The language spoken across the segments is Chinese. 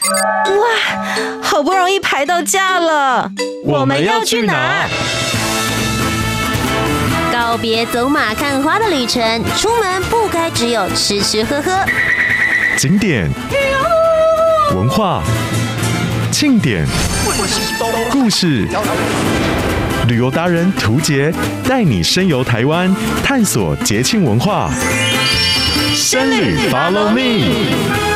哇，好不容易排到假了， 我们要去哪？ 告别走马看花的旅程，出门不该只有吃吃喝喝。 景点、文化、庆典、故事，旅游达人涂杰带你深游台湾，探索节庆文化。深旅 Follow Me。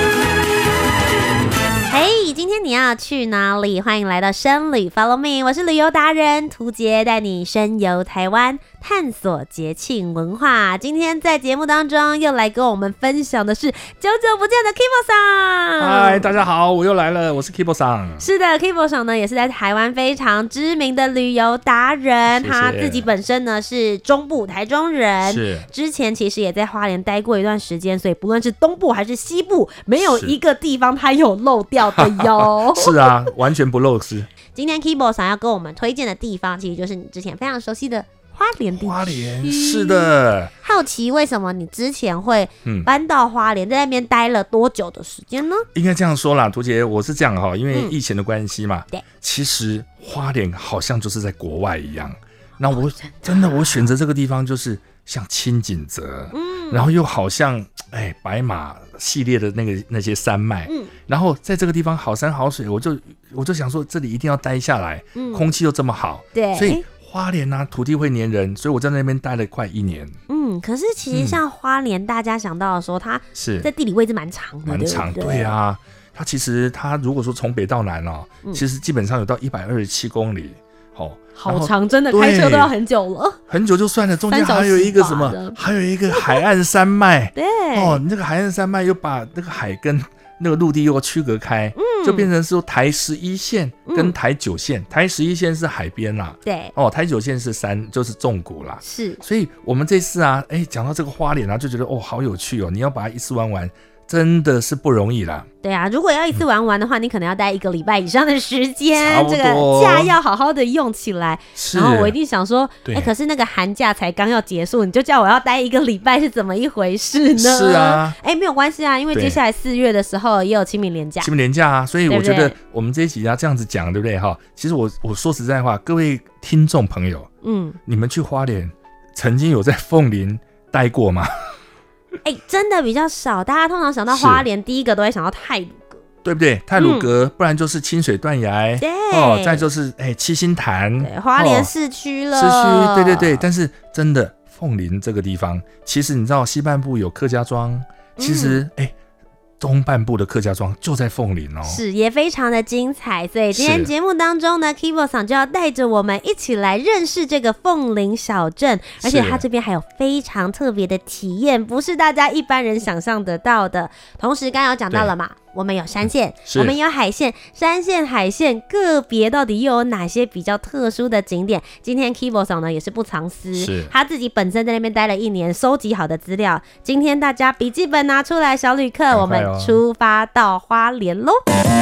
嘿，今天你要去哪里？欢迎来到深旅 Follow Me， 我是旅游达人涂杰，带你深游台湾，探索节庆文化。今天在节目当中又来跟我们分享的是久久不见的 Kibo 桑。 嗨，大家好，我又来了，我是 Kibo 桑。 是的 ，Kibo 桑呢也是在台湾非常知名的旅游达人，他自己本身呢是中部台中人， 是之前其实也在花莲待过一段时间，所以不论是东部还是西部，没有一个地方他有漏掉的哟。 是啊，完全不漏失。 今天 Kibo 想要跟我们推荐的地方，其实就是你之前非常熟悉的花莲地区。 花莲是的。 好奇为什么你之前会搬到花莲，在那边待了多久的时间呢？ 应该这样说啦，涂姐，我是这样哈，因为疫情的关系嘛， 对， 其实花莲好像就是在国外一样。那我真的我选择这个地方就是像清景泽，然后又好像白马系列的那些山脉，然后在这个地方好山好水，我就想说这里一定要待下来，空气又这么好， 对， 所以花莲啊，土地会黏人，所以我在那边待了快1年。 可是其实像花莲，大家想到的时候，它是在地理位置蛮长的， 蛮长，对啊，它如果说从北到南哦，其实基本上有到127公里。 好长，真的开车都要很久了， 很久就算了，中间还有一个什么，还有一个海岸山脉， 对， 那个海岸山脉又把那个海跟那个陆地又区隔开，就变成说台11线跟台9线，台11线是海边啦， 对， 台9线是山，就是纵谷啦， 是， 所以我们这次啊，讲到这个花莲啊，就觉得好有趣哦，你要把它一次玩完。真的是不容易啦。 对啊，如果要一次玩完的话，你可能要待1个礼拜以上的时间， 这个假要好好的用起来。然后我一定想说，可是那个寒假才刚要结束，你就叫我要待1个礼拜，是怎么一回事呢？ 是啊， 没有关系啊，因为接下来4月的时候也有清明连假。 清明连假啊，所以我觉得我们这一集要这样子讲，对不对哈？其实我说实在话，各位听众朋友，你们去花莲曾经有在凤林待过吗？ 真的比较少，大家通常想到花莲，第一个都会想到太鲁阁， 对不对？太鲁阁，不然就是清水断崖， 对， 再就是七星潭， 对，花莲市区了， 市区，对对对。但是真的凤林这个地方，其实你知道西半部有客家庄，其实东半部的客家庄就在凤林哦， 是也非常的精彩。所以今天节目当中呢 ，Kibo 桑就要带着我们一起来认识这个凤林小镇，而且它这边还有非常特别的体验，不是大家一般人想象得到的。同时，刚刚有讲到了嘛，我们有山线，我们有海线，山线、海线个别到底又有哪些比较特殊的景点？今天 Kibo 桑呢也是不藏私，他自己本身在那边待了1年，收集好的资料，今天大家笔记本拿出来，小旅客，我们出发到花莲咯。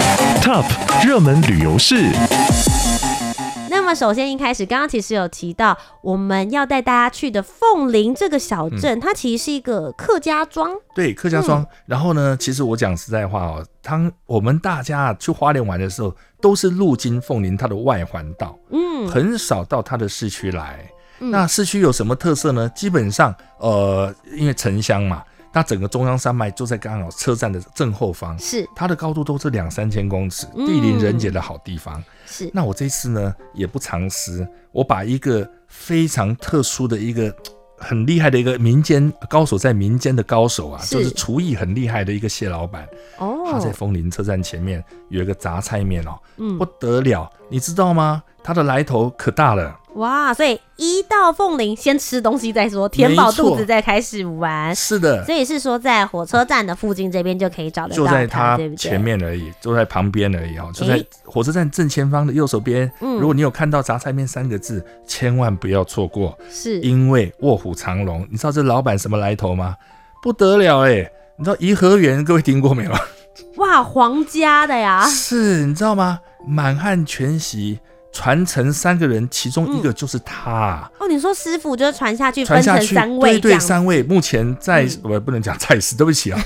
Top 热门旅游市。 那么首先一开始，刚刚其实有提到我们要带大家去的凤林这个小镇，它其实是一个客家庄。 对，客家庄。然后呢，其实我讲实在话哦，我们大家去花莲玩的时候，都是路经凤林它的外环道，很少到它的市区来。那市区有什么特色呢？基本上，因为城乡嘛。它整个中央山脉就在刚好车站的正后方， 是它的高度都是2-3千公尺，地灵人杰的好地方。 是， 那我这次呢也不藏私，我把一个非常特殊的一个很厉害的一个民间高手，在民间的高手啊，就是厨艺很厉害的一个谢老板。他在凤林车站前面有一个杂菜面不得了，你知道吗？他的来头可大了。 哇，所以一到凤林先吃东西再说，填饱肚子再开始玩。是的，所以是说在火车站的附近这边就可以找得到， 就在它前面而已，就在旁边而已就在火车站正前方的右手边。如果你有看到杂菜面3个字，千万不要错过，是因为卧虎藏龙。你知道这老板什么来头吗？不得了你知道颐和园各位听过没有？ 哇，皇家的呀！ 是，你知道吗？满汉全席传承3个人，其中一个就是他。 你说师傅就是传下去，分成3位， 对，3位。目前在不能讲在世，对不起啊，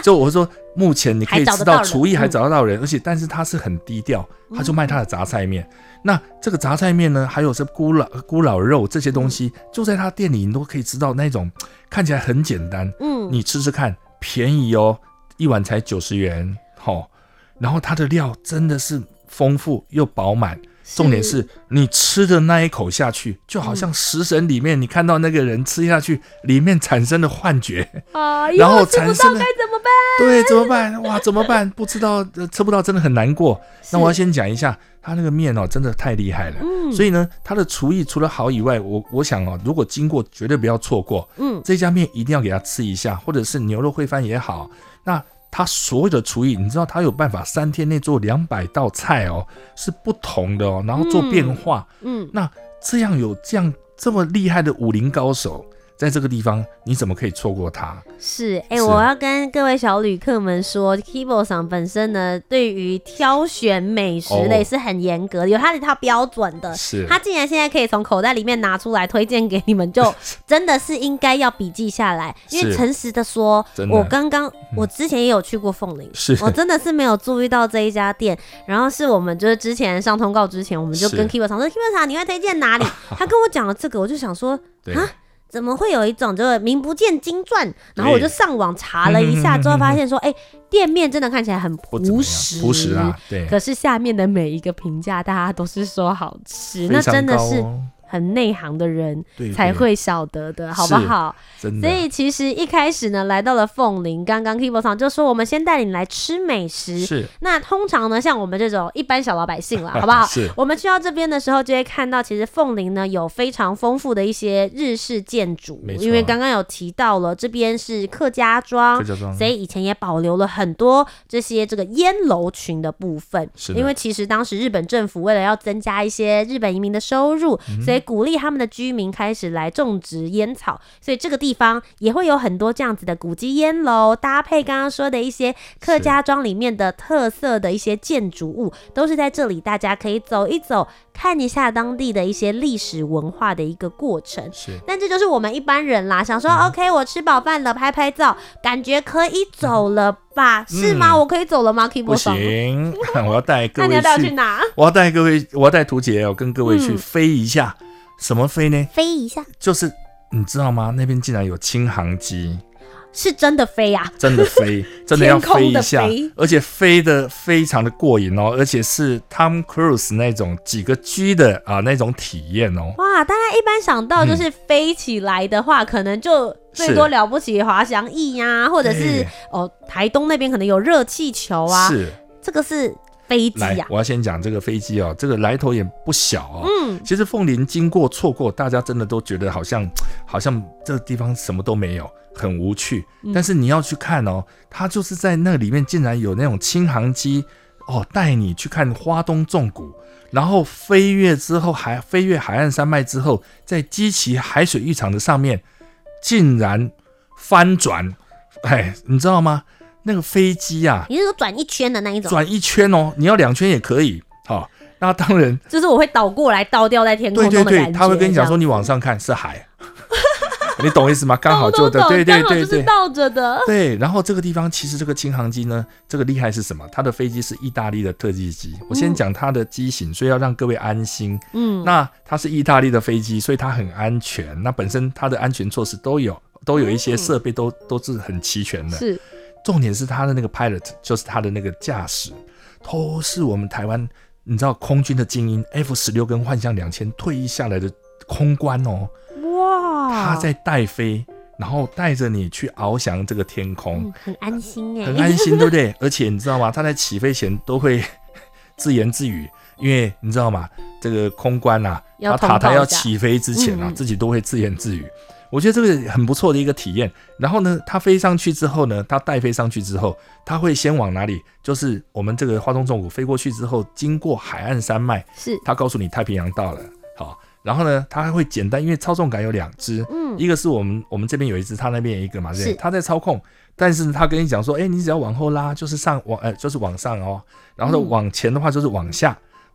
就我说目前你可以知道厨艺还找得到人，而且但是他是很低调，他就卖他的杂菜面。那这个杂菜面呢，还有是咕老肉这些东西，就在他店里你都可以知道那种看起来很简单，你吃吃看，便宜哦，一碗才90元，然后它的料真的是丰富又饱满。重点是你吃的那一口下去，就好像食神里面你看到那个人吃下去，里面产生的幻觉，然后产生的该怎么办？ 对，怎么办？哇，怎么办？不知道，吃不到真的很难过。那我要先讲一下，他那个面真的太厉害了。所以呢，他的厨艺除了好以外，我想如果经过绝对不要错过。这家面一定要给他吃一下，或者是牛肉烩饭也好。那他所有的厨艺，你知道他有办法3天内做200道菜是不同的然后做变化。那这样有这么厉害的武林高手在这个地方，你怎么可以错过他？ 是我要跟各位小旅客们说 Kibo 桑本身呢，对于挑选美食类是很严格的，有他的一套标准的。 是， 他竟然现在可以从口袋里面拿出来推荐给你们，就真的是应该要笔记下来。因为诚实的说，我之前也有去过凤林，我真的是没有注意到这一家店。然后是我们就是之前上通告之前，我们就跟 Kibo 桑说 ，Kibo 桑你会推荐哪里？他跟我讲了这个，我就想说怎么会有一种就是名不见经传？然后我就上网查了一下，之后发现说，店面真的看起来很朴实啊，对。 可是下面的每一个评价，大家都是说好吃，那真的是很内行的人才会晓得的，好不好？ 真的。 所以其实一开始呢，来到了凤林，刚刚 Kibo 桑就说我们先带你来吃美食。 是。那通常呢，像我们这种一般小老百姓啦，好不好？ 是。 我们去到这边的时候，就会看到其实凤林呢有非常丰富的一些日式建筑，因为刚刚有提到了这边是客家庄，所以以前也保留了很多这个烟楼群的部分。因为其实当时日本政府为了要增加一些日本移民的收入，所以鼓励他们的居民开始来种植烟草，所以这个地方也会有很多这样子的古迹烟楼，搭配刚刚说的一些客家庄里面的特色的一些建筑物，都是在这里大家可以走一走，看一下当地的一些历史文化的一个过程。但这就是我们一般人啦，想说OK 我吃饱饭了，拍拍照，感觉可以走了吧？是吗？我可以走了吗 Kibo 桑？ 不行，我要带各位去。那你要带我去哪？ 我要带图姐跟各位去飞一下。什么飞呢？ 飞一下， 就是你知道吗？那边竟然有轻航机， 是真的飞啊！ 真的飞，真的要飞一下，而且飞得非常的过瘾而且是 Tom Cruise 那种几个 G 的那种体验哇，大家一般想到就是飞起来的话，可能就最多了不起滑翔翼呀，或者是台东那边可能有热气球啊。 是， 这个是飞机来，我要先讲这个飞机这个来头也不小其实凤林经过错过，大家真的都觉得好像这个地方什么都没有，很无趣。但是你要去看它就是在那里面竟然有那种轻航机带你去看花东纵谷，然后飞越海岸山脉之后，在基奇海水浴场的上面竟然翻转，你知道吗？那个飞机你是说转一圈的那一种？ 转一圈你要2圈也可以。那当然就是我会倒过来倒掉在天空中的感觉。 对，他会跟你讲说你往上看是海你懂意思吗？刚好就对， 刚好就是倒着的。 对，然后这个地方其实这个轻航机呢，这个厉害是什么？它的飞机是意大利的特技机。我先讲它的机型，所以要让各位安心。那它是意大利的飞机，所以它很安全。那本身它的安全措施都有一些设备都是很齐全的。 是。 重点是他的那个 pilot， 就是他的那个驾驶，都是我们台湾你知道空军的精英 F-16跟幻象2000退役下来的空官哇， 他在带飞，然后带着你去翱翔这个天空， 很安心很安心，对不对？而且你知道吗？他在起飞前都会自言自语，因为你知道吗？这个空官他塔台要起飞之前自己都会自言自语。我觉得这个很不错的一个体验。然后呢，他飞上去之后呢，他带飞上去之后，他会先往哪里？就是我们这个花东纵谷飞过去之后，经过海岸山脉， 是他告诉你太平洋到了。好，然后呢，他会简单，因为操纵杆有2只，一个是我们这边有一只，他那边有一个嘛，是他在操控。但是他跟你讲说，你只要往后拉就是就是往上然后往前的话就是往下。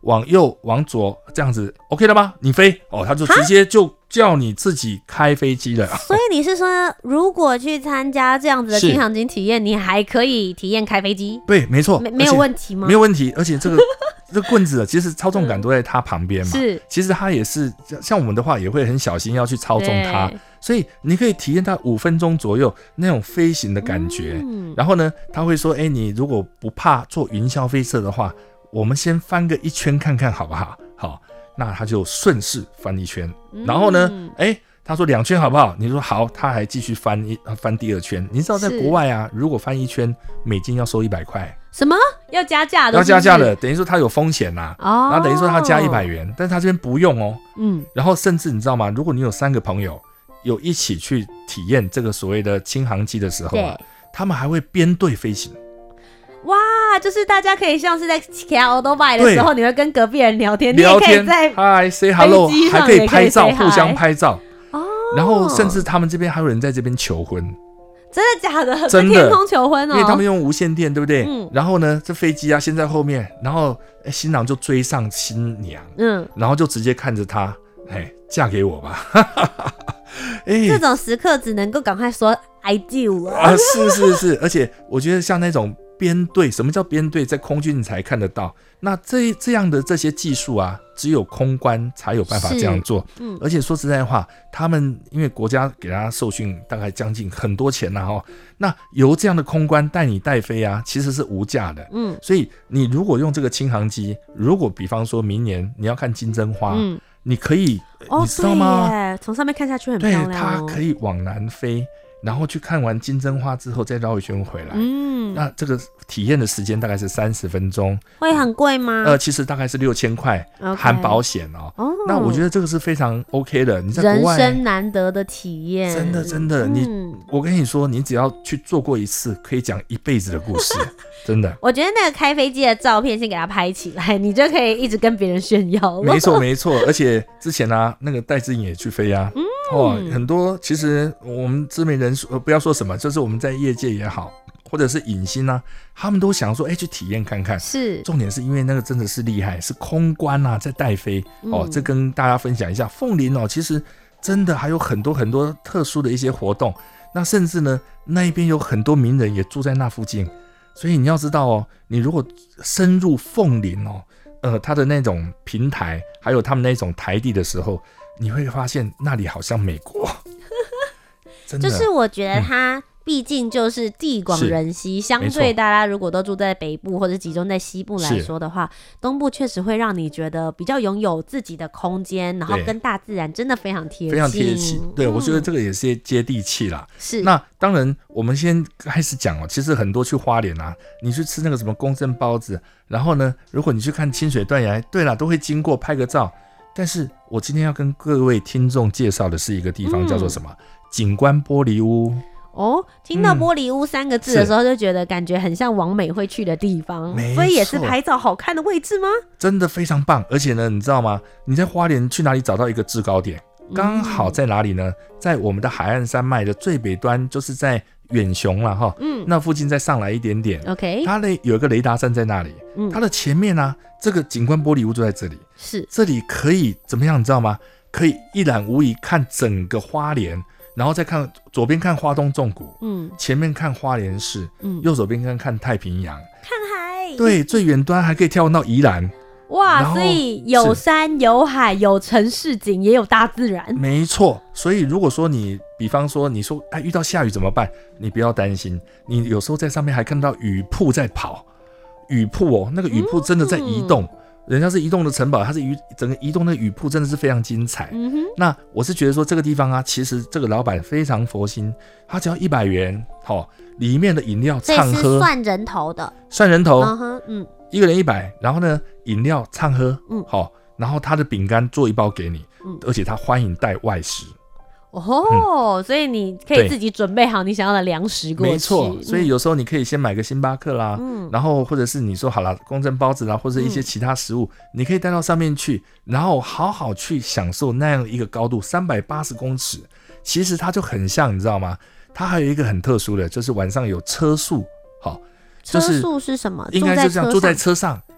往右往左这样子 OK 了吗？你飞哦，他就直接就叫你自己开飞机了。 所以你是说如果去参加这样子的轻航机体验，你还可以体验开飞机？ 对，没错， 没有问题吗？ 没有问题，而且这个这棍子其实操纵杆都在他旁边嘛， 是， 其实他也是像我们的话也会很小心要去操纵它，所以你可以体验到5分钟左右那种飞行的感觉。然后呢，他会说，你如果不怕坐云霄飞车的话，我们先翻个1圈看看好不好？好，那他就顺势翻1圈，然后呢，他说2圈好不好？你说好，他还继续翻第2圈。你知道在国外啊，如果翻1圈，美金要收100块。 什么？要加价的？ 要加价的，等于说他有风险啦。然后等于说他加100元，但是他这边不用哦。然后甚至你知道吗？如果你有3个朋友有一起去体验这个所谓的轻航机的时候啊，他们还会编队飞行。 哇，就是大家可以像是在骑欧多拜的时候，你会跟隔壁人聊天，你也可以在嗨 say hello， 还可以拍照，互相拍照。然后甚至他们这边还有人在这边求婚。 真的假的？ 真的， 在天空求婚哦， 因为他们用无线电，对不对？然后呢，这飞机啊先在后面，然后新郎就追上新娘，然后就直接看着她，嫁给我吧。 这种时刻只能够赶快说 I do 啊！是，而且我觉得像那种编队，什么叫编队？在空军你才看得到。那这样的这些技术啊，只有空官才有办法这样做。而且说实在话，他们因为国家给他受训大概将近很多钱啦那由这样的空官带你带飞啊，其实是无价的。所以你如果用这个轻航机，如果比方说明年你要看金针花，你可以，你知道吗？ 从上面看下去很漂亮。 对，它可以往南飞。然后去看完金针花之后再绕一圈回来，那这个体验的时间大概是30分钟。 会很贵吗？ 其实大概是6000块，含保险哦。那我觉得这个是非常 OK 的。你在国外人生难得的体验， 真的，我跟你说，你只要去做过一次，可以讲一辈子的故事，真的。 我觉得那个开飞机的照片先给它拍起来，你就可以一直跟别人炫耀了。 没错，而且之前啊，那个戴资颖也去飞啊。很多其实我们知名人士不要说什么，就是我们在业界也好，或者是影星啊，他们都想说去体验看看。 是， 重点是因为那个真的是厉害，是空官啊在带飞这跟大家分享一下。凤林其实真的还有很多很多特殊的一些活动，那甚至呢那一边有很多名人也住在那附近，所以你要知道你如果深入凤林它的那种平台还有他们那种台地的时候，你会发现那里好像美国。真的， 就是我觉得它毕竟就是地广人稀，相对大家如果都住在北部或者集中在西部来说的话，东部确实会让你觉得比较拥有自己的空间，然后跟大自然真的非常贴近。 对，我觉得这个也是接地气啦。 是。 那当然我们先开始讲其实很多去花莲啊，你去吃那个什么公正包子，然后呢如果你去看清水断崖，对啦，都会经过拍个照。但是我今天要跟各位听众介绍的是一个地方，叫做什么？景观玻璃屋。 听到玻璃屋3个字的时候，就觉得感觉很像网美会去的地方，所以也是拍照好看的位置吗？ 真的非常棒，而且呢，你知道吗？你在花莲去哪里找到一个制高点？刚好在哪里呢？在我们的海岸山脉的最北端，就是在远雄啦那附近再上来一点点。 OK， 它有一个雷达站在那里，它的前面啊，这个景观玻璃屋就在这里。 是， 这里可以怎么样？你知道吗？可以一览无遗看整个花莲。然后再看左边看花东纵谷，前面看花莲市，右手边看太平洋， 看海。 对，最远端还可以眺望到宜兰。 哇，所以有山有海有城市景也有大自然。 没错，所以如果说你比方说你说遇到下雨怎么办？你不要担心，你有时候在上面还看到雨瀑在跑，雨瀑那个雨瀑真的在移动。人家是移动的城堡，它是整个移动的雨瀑真的是非常精彩。那我是觉得说这个地方啊，其实这个老板非常佛心，他只要100元，里面的饮料畅喝， 这是算人头的， 算人头，一个人100，然后呢饮料畅喝，然后他的饼干做1包给你，而且他欢迎带外食。 所以你可以自己准备好你想要的粮食过去。 没错，所以有时候你可以先买个星巴克啦，然后或者是你说好了公正包子啦，或者一些其他食物，你可以带到上面去，然后好好去享受那样一个高度380公尺。其实它就很像，你知道吗？它还有一个很特殊的，就是晚上有车宿。 车宿是什么？ 应该就这样，坐在车上。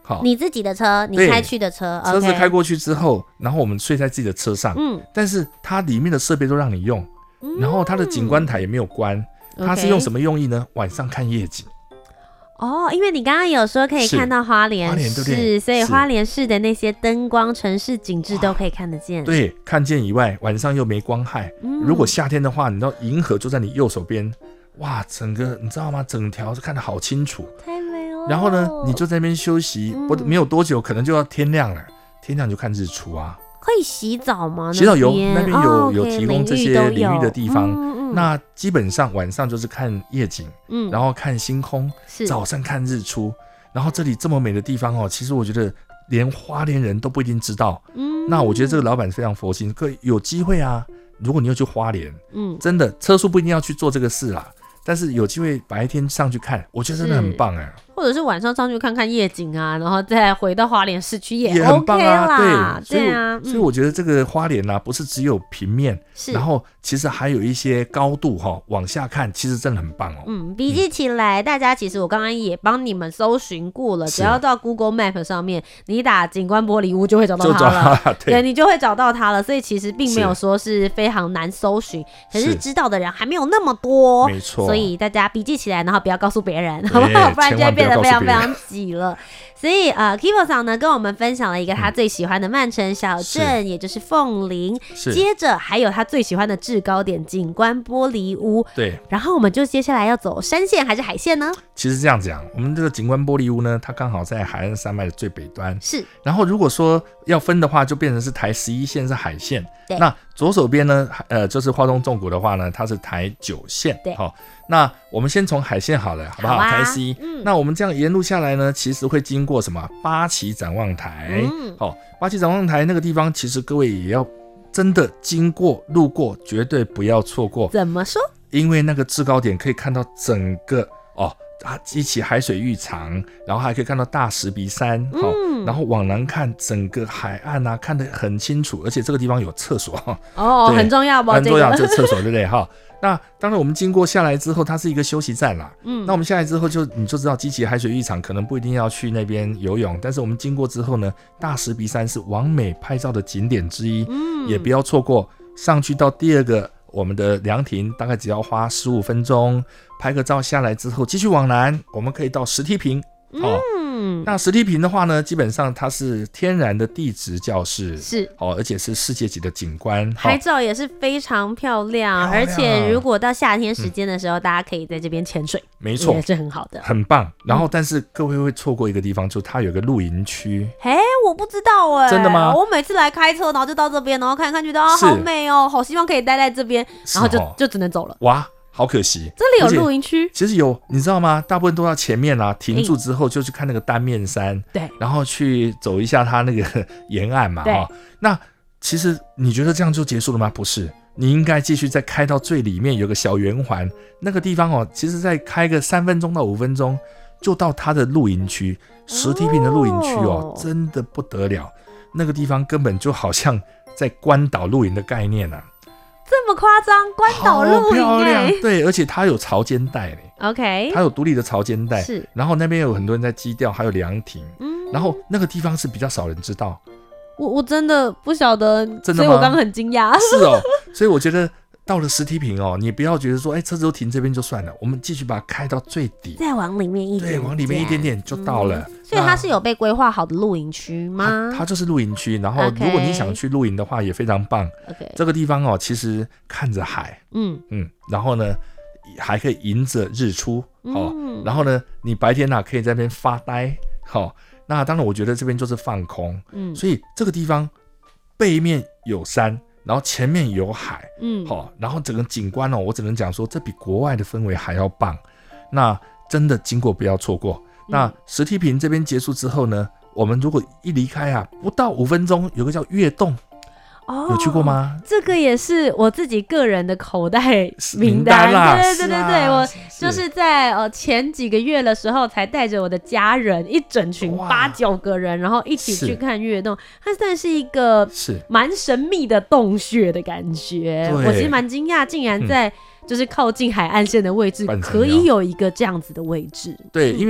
好， 你自己的车，你开去的车， 车子开过去之后，然后我们睡在自己的车上，但是它里面的设备都让你用，然后它的景观台也没有关，它是用什么用意呢？晚上看夜景。 哦，因为你刚刚有说可以看到花莲市，对对，所以花莲市的那些灯光、城市景致都可以看得见。 对，看见以外，晚上又没光害。如果夏天的话，你知道银河就在你右手边，哇，整个你知道吗？整条是看得好清楚， 太美了。 然后呢，你就在那边休息，没有多久，可能就要天亮了。天亮就看日出啊。 可以洗澡吗？ 洗澡有，那边有提供这些淋浴的地方。那基本上晚上就是看夜景，然后看星空，早上看日出。然后这里这么美的地方哦，其实我觉得连花莲人都不一定知道。那我觉得这个老板非常佛心，可以有机会啊，如果你要去花莲，真的车速不一定要去做这个事啦，但是有机会白天上去看，我觉得真的很棒哎。 或者是晚上上去看看夜景啊，然后再回到花莲市区也很棒啊。 啦， 对啊，所以我觉得这个花莲啊，不是只有平面，然后其实还有一些高度往下看，其实真的很棒哦。 笔记起来，大家其实我刚刚也帮你们搜寻过了，只要到 Google Map 上面，你打景观玻璃屋就会找到它了，对，你就会找到它了。所以其实并没有说是非常难搜寻，可是知道的人还没有那么多， 没错。 所以大家笔记起来，然后不要告诉别人，好不好？不然就会变得非常非常挤了。所以Kibo 桑呢跟我们分享了一个他最喜欢的慢城小镇，也就是凤林，接着还有他最喜欢的制高点景观玻璃屋。 对， 然后我们就接下来要走山线还是海线呢？其实这样讲，我们这个景观玻璃屋呢，它刚好在海岸山脉的最北端。 是， 然后如果说要分的话，就变成是台11线是海线。那左手边呢，就是花东纵谷的话呢，它是台9线。 对， 那我们先从海线好了，好不好？台11。那我们这样沿路下来呢，其实会经过什么？八旗展望台。八旗展望台那个地方，其实各位也要真的经过路过，绝对不要错过。 怎么说？ 因为那个制高点可以看到整个一起海水浴场，然后还可以看到大石鼻山，然后往南看整个海岸啊，看得很清楚，而且这个地方有厕所很重要吧？ 很重要，这个厕所对不对？那当然我们经过下来之后，它是一个休息站啦。那我们下来之后你就知道基奇海水浴场可能不一定要去那边游泳，但是我们经过之后呢，大石鼻山是完美拍照的景点之一，也不要错过。上去到第二个我们的凉亭，大概只要花15分钟，拍个照下来之后，继续往南，我们可以到石梯坪。那石梯坪的话呢，基本上它是天然的地质教室， 是而且是世界级的景观， 拍照也是非常漂亮。而且如果到夏天时间的时候，大家可以在这边潜水， 没错， 也是很好的， 很棒。然后但是各位会错过一个地方，就它有个露营区。 我不知道真的吗？ 我每次来开车，然后就到这边，然后看看觉得好美哦，好希望可以待在这边，然后就只能走了。 哇，好可惜， 这里有露营区， 其实有，你知道吗？大部分都要前面停住之后就去看那个单面山， 对， 然后去走一下它那个沿岸嘛，那其实你觉得这样就结束了吗？不是，你应该继续再开到最里面有个小圆环，那个地方其实再开个3分钟到5分钟就到它的露营区，石梯坪的露营区真的不得了，那个地方根本就好像在关岛露营的概念啊。 这么夸张，关岛露营漂亮，对，而且它有潮间带嘞 ，OK， 它有独立的潮间带， 是， 然后那边有很多人在基调，还有凉亭，然后那个地方是比较少人知道， 我真的不晓得， 真的吗？ 所以我刚刚很惊讶， 是所以我觉得到了石梯坪你不要觉得说车子都停这边就算了，我们继续把它开到最底， 再往里面一点， 对，往里面一点点就到了。 所以它是有被规划好的露营区吗？ 它就是露营区，然后如果你想去露营的话也非常棒。这个地方其实看着海，然后呢还可以迎着日出，然后呢你白天可以在那边发呆，那当然我觉得这边就是放空，所以这个地方背面有山，然后前面有海，然后整个景观我只能讲说这比国外的氛围还要棒，那真的经过不要错过。那石梯坪这边结束之后呢，我们如果一离开不到5分钟，有个叫月洞，有去过吗？ 这个也是我自己个人的口袋名单啦， 对，我就是在前几个月的时候才带着我的家人一整群8、9个人，然后一起去看月洞，它算是一个蛮神秘的洞穴的感觉，我其实蛮惊讶，竟然在就是靠近海岸线的位置可以有一个这样子的位置。 对，因为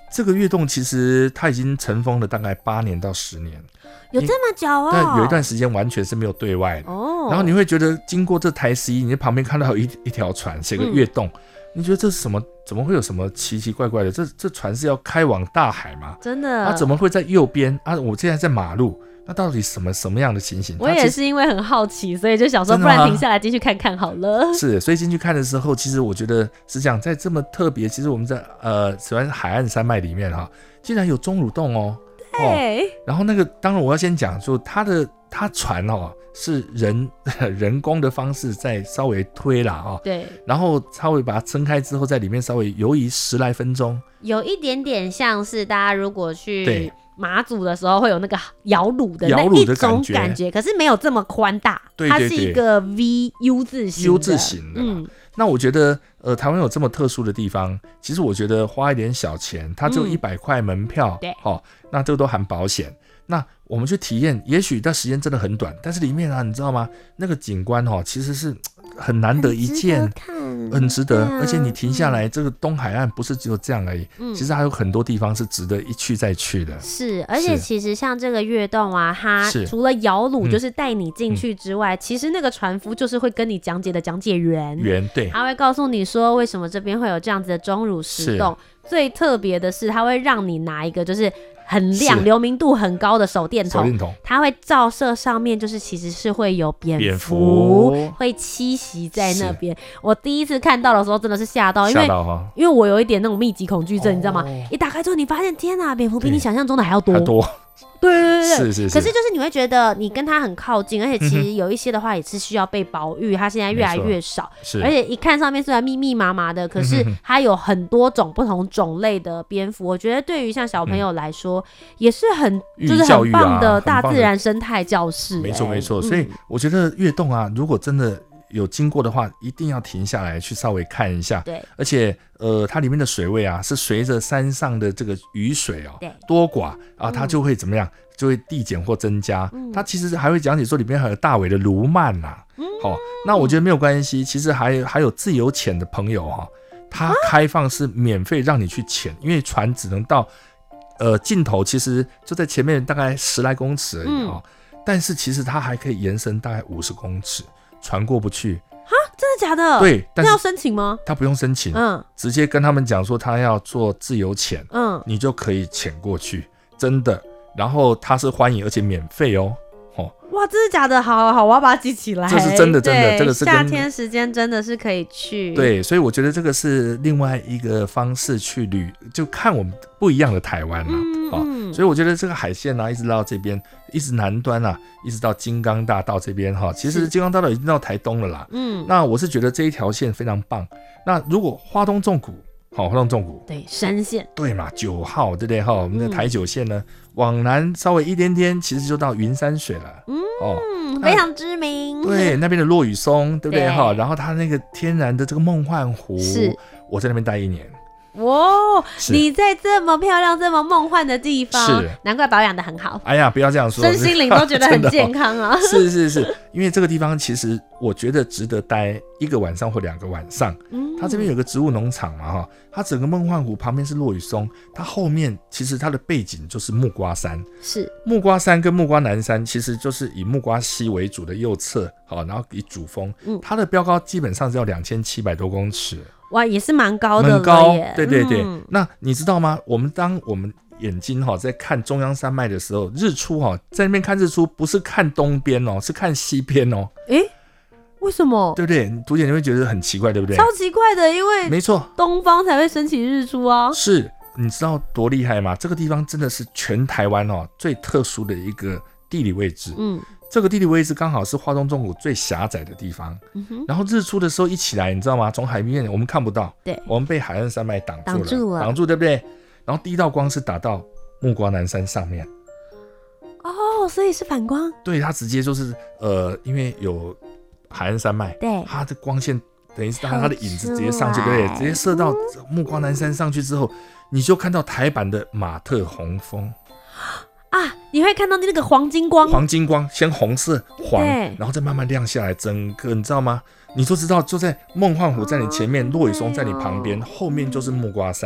这个月洞其实它已经尘封了大概8年到10年， 有这么久哦？ 但有一段时间完全是没有对外的哦。然后你会觉得经过这台11，你在旁边看到一条船写个月洞，你觉得这是什么？怎么会有什么奇奇怪怪的？这船是要开往大海吗？ 真的？ 它怎么会在右边啊？我现在在马路。那到底什么样的情形？ 我也是因为很好奇，所以就想说，不然停下来进去看看好了。 是，所以进去看的时候，其实我觉得是这样，在这么特别，其实我们在喜欢海岸山脉里面哈，竟然有钟乳洞哦。 对。 然后那个，当然我要先讲说，它船哦是人工的方式在稍微推啦哦。 对。然后稍微把它撑开之后，在里面稍微游移10来分钟， 有一点点像是大家如果去马祖的时候会有那个摇橹的那一种感觉，可是没有这么宽大， 对它是一个 U 字形的。 那我觉得台湾有这么特殊的地方，其实我觉得花一点小钱，它就100块门票，那这个都含保险。那我们去体验，也许那时间真的很短，但是里面啊，你知道吗？那个景观其实是很难得一见，很值得。而且你停下来，这个东海岸不是只有这样而已，其实还有很多地方是值得一去再去的。 是，而且其实像这个月洞啊，它除了摇橹就是带你进去之外，其实那个船夫就是会跟你讲解的讲解员， 对， 他会告诉你说为什么这边会有这样子的钟乳石洞。最特别的是，他会让你拿一个就是很亮、流明度很高的手电筒，它会照射上面，就是其实是会有蝙蝠会栖息在那边。我第一次看到的时候真的是吓到，因为我有一点那种密集恐惧症，你知道吗？一打开之后，你发现天哪，蝙蝠比你想象中的还要多。对， 是。 可是就是你会觉得你跟它很靠近，而且其实有一些的话也是需要被保育，它现在越来越少。而且一看上面虽然密密麻麻的，可是它有很多种不同种类的蝙蝠。我觉得对于像小朋友来说，也是就是很棒的大自然生态教室。 没错。所以我觉得月洞啊，如果真的有经过的话，一定要停下来去稍微看一下。 对， 而且它里面的水位啊，是随着山上的这个雨水多寡啊，它就会怎么样，就会递减或增加。它其实还会讲解说里面还有大尾的鲈鳗呐。那我觉得没有关系，其实还有自由潜的朋友它开放是免费让你去潜，因为船只能到尽头，其实就在前面大概10来公尺而已但是其实它还可以延伸大概50公尺。船过不去哈？真的假的？ 对，但是那要申请吗？ 他不用申请，直接跟他们讲说他要做自由潜，你就可以潜过去，真的。然后他是欢迎而且免费哦。 哇，真的假的？好，我要把它记起来。 这是真的，这个是夏天时间真的是可以去。 对，所以我觉得这个是另外一个方式去就看我们不一样的台湾所以我觉得这个海线啊，一直到这边，一直南端啊，一直到金刚大道这边其实金刚大道已经到台东了啦。那我是觉得这一条线非常棒。那如果花东纵谷， 对，山线， 对嘛，9号对不对我们的台9线呢，往南稍微一点点，其实就到云山水了。 非常知名。 对，那边的落羽松，对不对然后它那个天然的这个梦幻湖，是我在那边待1年。 你在这么漂亮、这么梦幻的地方，是难怪保养的很好。 哎呀，不要这样说， 身心灵都觉得很健康啊。 是，因为这个地方其实我觉得值得待1个晚上或2个晚上。它这边有个植物农场嘛它整个梦幻湖旁边是落羽松，它后面其实它的背景就是木瓜山。是木瓜山跟木瓜南山，其实就是以木瓜溪为主的右侧，然后以主峰，它的标高基本上是要2700多公尺。 哇，也是蛮高的了耶， 很高，对。那你知道吗？当我们眼睛在看中央山脉的时候，日出在那边看日出，不是看东边是看西边为什么？ 对不对？图姐你会觉得很奇怪，对不对？ 超奇怪的，因为没错， 东方才会升起日出啊。 是，你知道多厉害吗？这个地方真的是全台湾最特殊的一个地理位置。这个地理位置刚好是花东纵谷最狭窄的地方，然后日出的时候一起来，你知道吗？从海面我们看不到，对，我们被海岸山脉挡住，对不对？然后第一道光是打到木瓜南山上面， 所以是反光。 对，它直接就是因为有海岸山脉，对，它的光线等于是它的影子直接上去，对不对？直接射到木瓜南山上去之后，你就看到台版的马特洪峰。 你会看到那个黄金光， 先红色黄，然后再慢慢亮下来，整个你知道吗？你就知道就在梦幻湖在你前面，落羽松在你旁边，后面就是木瓜山，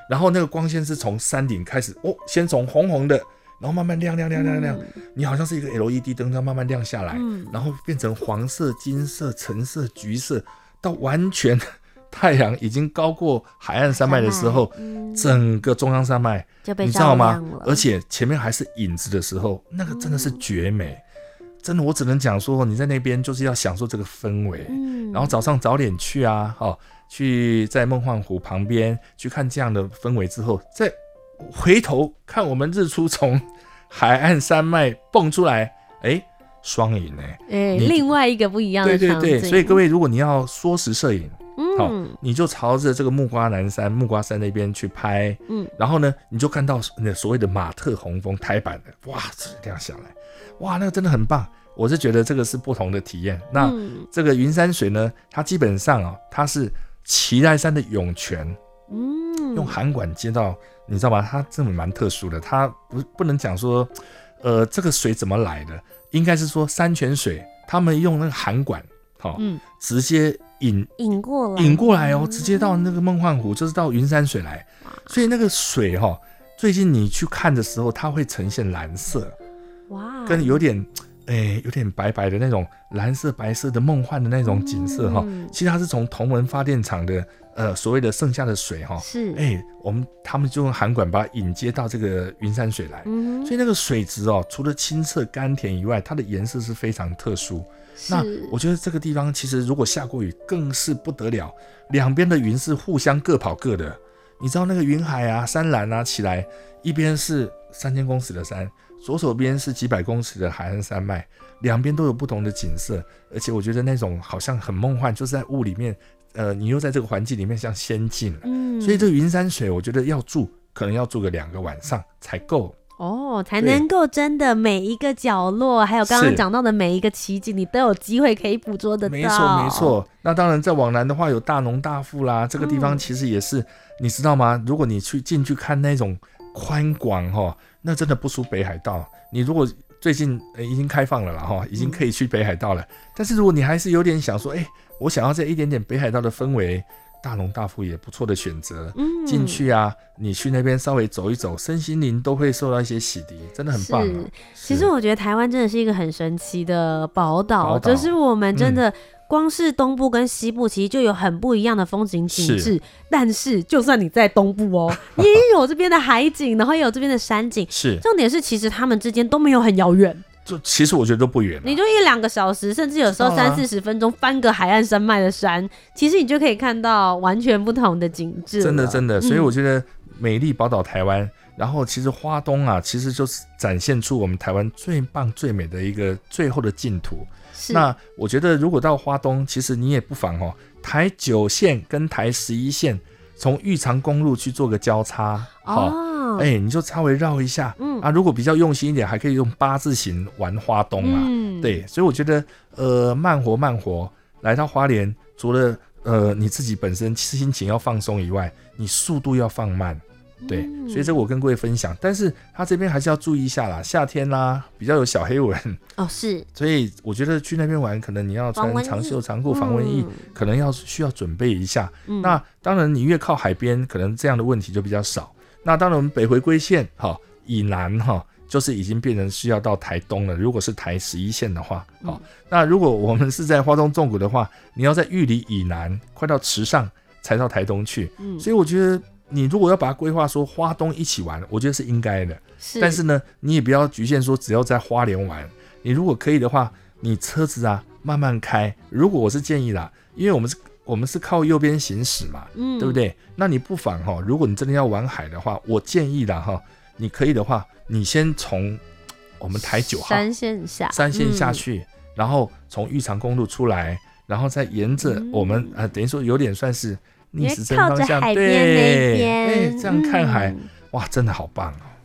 然后那个光线是从山顶开始先从红红的，然后慢慢亮，你好像是一个 LED 灯，它慢慢亮下来，然后变成黄色、金色、橙色、橘色，到完全太阳已经高过海岸山脉的时候，整个中央山脉就被你知道吗？ 了， 而且前面还是影子的时候，那个真的是绝美。真的，我只能讲说，你在那边就是要享受这个氛围，然后早上早点去啊，去在梦幻湖旁边去看这样的氛围之后，再回头看我们日出从海岸山脉蹦出来，双影另外一个不一样的场景。 对，所以各位，如果你要缩时摄影，你就朝着这个木瓜南山、木瓜山那边去拍，然后呢，你就看到所谓的马特洪峰台版的，哇，亮下来，哇，那个真的很棒。我是觉得这个是不同的体验。那这个云山水呢，它基本上它是奇莱山的涌泉，用涵管接到，你知道吗？它真的蛮特殊的，它不能讲说，这个水怎么来的，应该是说山泉水，他们用那个涵管，直接引过来直接到那个梦幻湖，就是到云山水来，所以那个水最近你去看的时候，它会呈现蓝色，哇，跟有点白白的那种蓝色白色的梦幻的那种景色其实它是从同文发电厂的所谓的剩下的水是他们就用涵管把它引接到这个云山水来，所以那个水质除了清澈甘甜以外，它的颜色是非常特殊。那我觉得这个地方其实如果下过雨更是不得了，两边的云是互相各跑各的。你知道那个云海啊山岚啊起来，一边是3000公尺的山，左手边是几百公尺的海岸山脉，两边都有不同的景色，而且我觉得那种好像很梦幻，就是在雾里面你又在这个环境里面像仙境了。所以这个云山水我觉得可能要住个2个晚上才够才能够真的每一个角落，还有刚刚讲到的每一个奇景，你都有机会可以捕捉得到。 没错。那当然再往南的话有大农大富啦，这个地方其实也是，你知道吗？如果你进去看那种宽广那真的不输北海道。你如果最近已经开放了啦已经可以去北海道了，但是如果你还是有点想说我想要这一点点北海道的氛围，大农大富也不错的选择。进去啊，你去那边稍微走一走，身心灵都会受到一些洗涤，真的很棒其实我觉得台湾真的是一个很神奇的宝岛，就是我们真的光是东部跟西部其实就有很不一样的风景景致，但是就算你在东部你也有这边的海景，然后也有这边的山景，重点是其实他们之间都没有很遥远， 就其实我觉得都不远你就1-2个小时，甚至有时候30-40分钟翻个海岸山脉的山，其实你就可以看到完全不同的景致了。 真的，所以我觉得美丽宝岛台湾，然后其实花东啊，其实就是展现出我们台湾最棒最美的一个最后的净土。那我觉得如果到花东，其实你也不妨台9线跟台11线从玉长公路去做个交叉你就稍微绕一下如果比较用心一点，还可以用8字形玩花东对，所以我觉得慢活来到花莲，除了你自己本身心情要放松以外，你速度要放慢。对，所以这个我跟各位分享，但是他这边还是要注意一下啦，夏天啦比较有小黑蚊是， 所以我觉得去那边玩，可能你要穿长袖长裤防蚊液，可能需要准备一下。那当然你越靠海边，可能这样的问题就比较少。那当然我们北回归线以南就是已经变成需要到台东了，如果是台11线的话那如果我们是在花东纵谷的话，你要在玉里以南快到池上才到台东去所以我觉得你如果要把它规划说花东一起玩，我觉得是应该的。但是呢，你也不要局限说只要在花莲玩，你如果可以的话，你车子慢慢开。如果我是建议啦，因为我们是靠右边行驶嘛对不对？那你不妨如果你真的要玩海的话，我建议啦你可以的话，你先从我们台9号山线下去然后从玉长公路出来，然后再沿着我们等于说有点算是逆时针方向，对，这样看海哇，真的好棒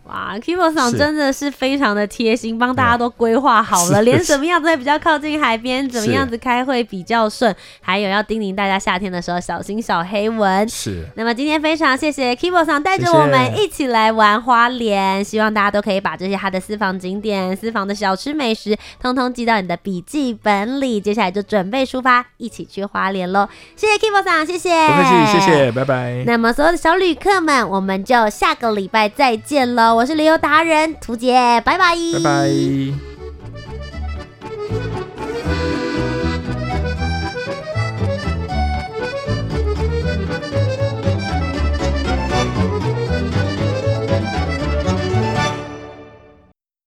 哇 ，Kibo 桑真的是非常的贴心，帮大家都规划好了，连怎么样子会比较靠近海边，怎么样子开会比较顺，还有要叮咛大家夏天的时候小心小黑蚊。 是。 那么今天非常谢谢 Kibo 桑带着我们一起来玩花莲，希望大家都可以把这些他的私房景点、私房的小吃美食，通通记到你的笔记本里。接下来就准备出发，一起去花莲咯。谢谢 Kibo 桑，谢谢。 不客气，谢谢，拜拜。 那么所有的小旅客们，我们就下个礼拜再见喽。我是旅游达人涂杰，拜拜， 拜拜。